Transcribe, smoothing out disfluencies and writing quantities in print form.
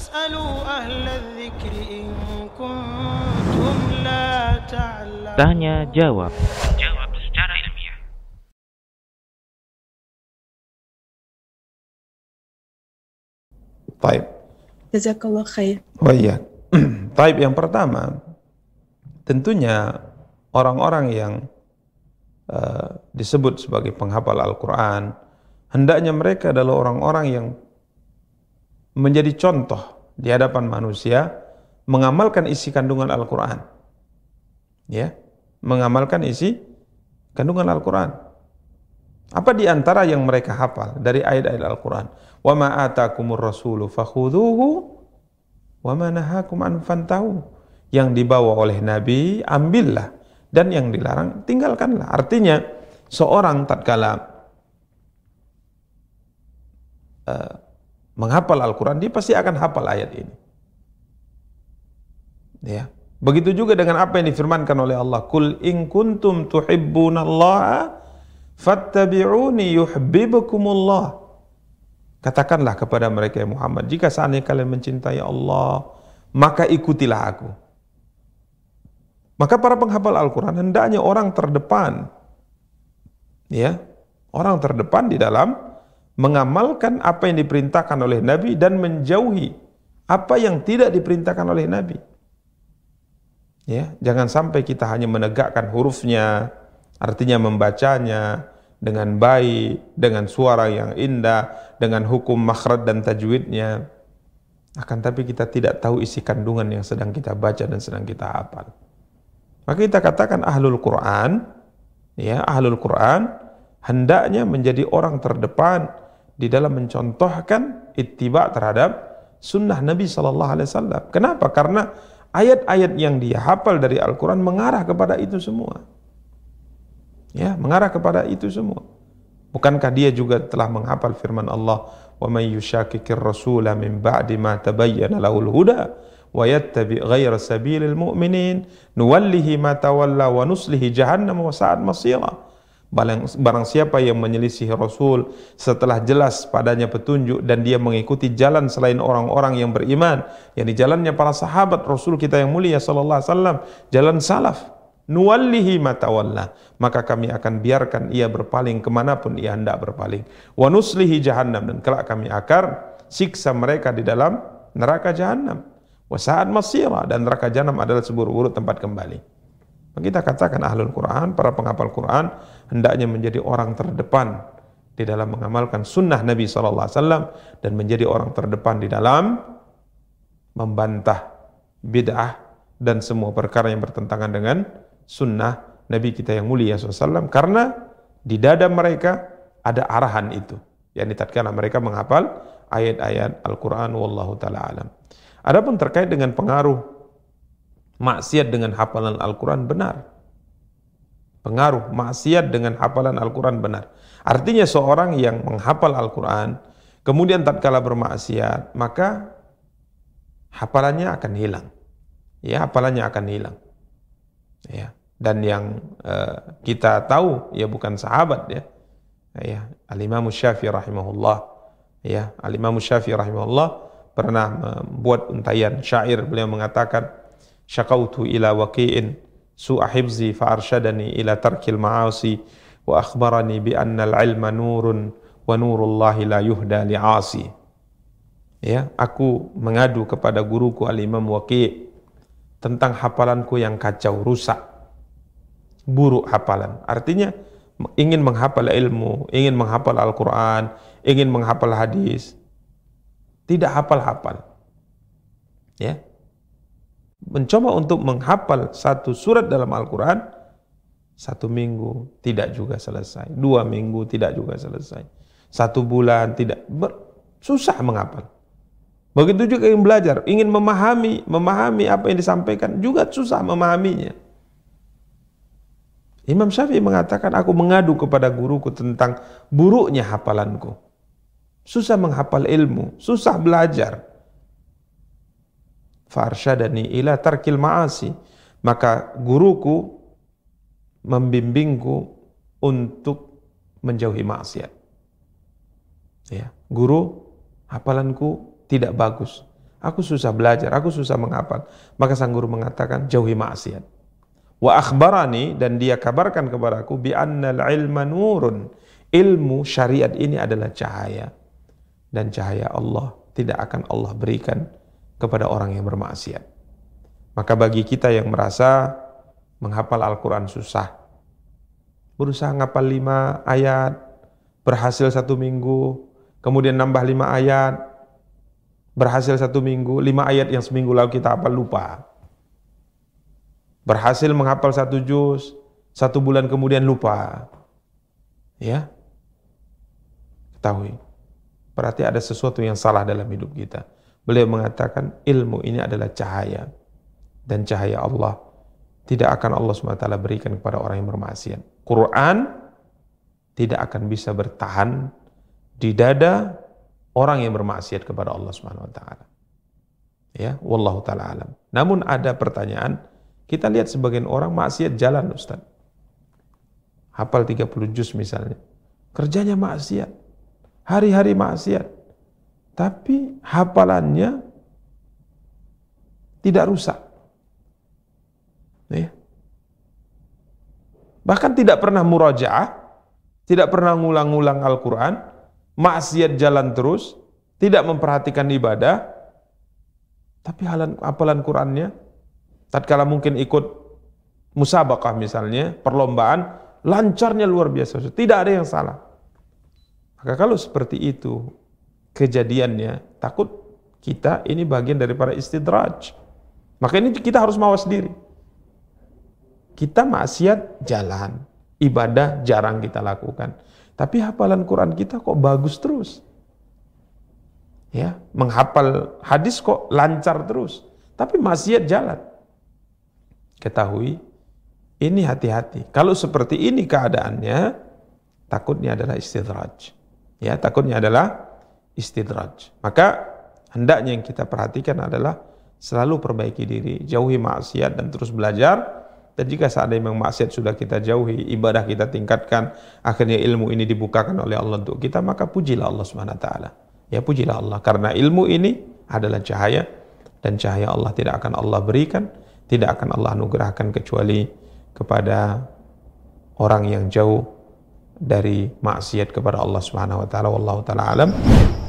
فاسألوا أهل الذكر إن كنتم لا تعلمون. Tanya jawab. Jawab secara ilmiah. Taib. Jazakallah khair. Oh iya. Taib, yang pertama, tentunya orang-orang yang disebut sebagai penghafal Al-Quran, hendaknya mereka adalah orang-orang yang menjadi contoh di hadapan manusia, mengamalkan isi kandungan Al-Quran. Ya, mengamalkan isi kandungan Al-Quran. Apa di antara yang mereka hafal dari ayat-ayat Al-Quran? Wa ma atakumur rasulu fakhudhuhu wa ma nahakum an fantahu. Yang dibawa oleh Nabi, ambillah, dan yang dilarang, tinggalkanlah. Artinya, seorang tatkala menghafal Al-Quran, dia pasti akan hafal ayat ini. Ya. Begitu juga dengan apa yang difirmankan oleh Allah, Qul in kuntum tuhibbunallaha fattabi'uni yuhibbukumullah. Katakanlah kepada mereka, ya Muhammad, jika seandainya kalian mencintai Allah, maka ikutilah aku. Maka para penghafal Al-Quran hendaknya orang terdepan, ya, orang terdepan di dalam mengamalkan apa yang diperintahkan oleh Nabi dan menjauhi apa yang tidak diperintahkan oleh Nabi. Ya, jangan sampai kita hanya menegakkan hurufnya, artinya membacanya dengan baik, dengan suara yang indah, dengan hukum makhraj dan tajwidnya. Akan tapi kita tidak tahu isi kandungan yang sedang kita baca dan sedang kita hafal. Maka kita katakan ahlul Quran, ya, ahlul Quran hendaknya menjadi orang terdepan di dalam mencontohkan ittiba terhadap sunnah Nabi SAW. Kenapa? Karena ayat-ayat yang dia hafal dari Al-Quran mengarah kepada itu semua. Ya, mengarah kepada itu semua. Bukankah dia juga telah menghafal firman Allah, "Wa may yushakkikir rasula min ba'di ma tabayyana lahul huda wa yattabi' ghayra sabilil mu'minin nuwallihi ma tawalla wa nuslihi jahannam wa sa'at masira." Barang siapa yang menyelisihi Rasul setelah jelas padanya petunjuk dan dia mengikuti jalan selain orang-orang yang beriman, yakni jalannya para sahabat Rasul kita yang mulia sallallahu alaihi wasallam, jalan salaf, nuwallihi ma tawalla, maka kami akan biarkan ia berpaling kemanapun ia hendak berpaling, wa nuslihi jahannam, dan kelak kami akan siksa mereka di dalam neraka jahannam, wa sa'at masira, dan neraka jahannam adalah seburuk-buruk tempat kembali. Kita katakan ahlul Quran, para penghafal Quran hendaknya menjadi orang terdepan di dalam mengamalkan sunnah Nabi SAW dan menjadi orang terdepan di dalam membantah bid'ah dan semua perkara yang bertentangan dengan sunnah Nabi kita yang mulia SAW, karena di dada mereka ada arahan itu, yakni tatkala mereka menghafal ayat-ayat Al-Quran. Wallahu ta'ala alam. Adapun terkait dengan pengaruh maksiat dengan hafalan Al-Quran, benar. Pengaruh maksiat dengan hafalan Al-Quran, benar. Artinya seorang yang menghafal Al-Quran kemudian tatkala bermaksiat, maka hafalannya akan hilang. Ya, hafalannya akan hilang. Ya, dan yang kita tahu, ya, bukan sahabat, ya. Ya, Al-Imam Syafi'i rahimahullah, ya, Al-Imam Syafi'i rahimahullah pernah membuat untayan syair. Beliau mengatakan, syakautu ila waqi'in su'a hifzi fa arsyadani ila tarkil ma'asi wa akhbarani bi anna al-ilma nurun wa nurullahi la yuhda li'asi. Ya, aku mengadu kepada guruku Al-Imam Waqi' tentang hafalanku yang kacau, rusak, buruk hafalan. Artinya ingin menghafal ilmu, ingin menghafal Al-Quran, ingin menghafal hadis, tidak hafal-hafal. Ya, mencoba untuk menghafal satu surat dalam Al-Quran, 1 minggu tidak juga selesai, 2 minggu tidak juga selesai, 1 bulan tidak, susah menghafal. Begitu juga yang belajar, ingin memahami apa yang disampaikan, juga susah memahaminya. Imam Syafi'i mengatakan, aku mengadu kepada guruku tentang buruknya hafalanku, susah menghafal ilmu, susah belajar. Farsyadani ila tarkil ma'asi, maka guruku membimbingku untuk menjauhi maksiat. Ya, guru, hafalanku tidak bagus, Aku susah belajar, aku susah menghafal. Maka sang guru mengatakan, jauhi maksiat. Wa akhbarani, dan dia kabarkan kepadaku, bi annal ilma nurun. Ilmu syariat ini adalah cahaya. Dan cahaya Allah tidak akan Allah berikan kepada orang yang bermaksiat. Maka bagi kita yang merasa menghafal Al-Quran susah, berusaha ngapal 5 ayat, berhasil 1 minggu, kemudian nambah 5 ayat, berhasil 1 minggu, 5 ayat yang seminggu lalu kita hafal lupa. Berhasil menghafal 1 juz, 1 bulan kemudian lupa. Ya, ketahui, berarti ada sesuatu yang salah dalam hidup kita. Beliau mengatakan ilmu ini adalah cahaya, dan cahaya Allah tidak akan Allah SWT berikan kepada orang yang bermaksiat. Quran tidak akan bisa bertahan di dada orang yang bermaksiat kepada Allah SWT. Ya, wallahu ta'ala alam. Namun ada pertanyaan, kita lihat sebagian orang maksiat jalan, Ustaz. Hafal 30 juz misalnya. Kerjanya maksiat. Hari-hari maksiat. Tapi hafalannya tidak rusak. Ya. Bahkan tidak pernah murajaah, tidak pernah ngulang-ngulang Al-Quran, maksiat jalan terus, tidak memperhatikan ibadah, tapi hafalan Qurannya, tatkala mungkin ikut musabaqah misalnya, perlombaan, lancarnya luar biasa, tidak ada yang salah. Maka kalau seperti itu kejadiannya, takut kita ini bagian daripada istidraj. Maka ini kita harus mawas diri. Kita maksiat jalan, ibadah jarang kita lakukan, tapi hafalan Quran kita kok bagus terus. Ya, menghafal hadis kok lancar terus, tapi maksiat jalan. Ketahui, ini hati-hati. Kalau seperti ini keadaannya, takutnya adalah istidraj. Ya, takutnya adalah istidraj. Maka hendaknya yang kita perhatikan adalah selalu perbaiki diri, jauhi maksiat dan terus belajar. Dan jika seandainya memang maksiat sudah kita jauhi, ibadah kita tingkatkan, akhirnya ilmu ini dibukakan oleh Allah untuk kita, maka pujilah Allah SWT. Ya, pujilah Allah, karena ilmu ini adalah cahaya, dan cahaya Allah tidak akan Allah berikan, tidak akan Allah anugerahkan kecuali kepada orang yang jauh dari maksiat kepada Allah SWT. Wallahu ta'ala alam.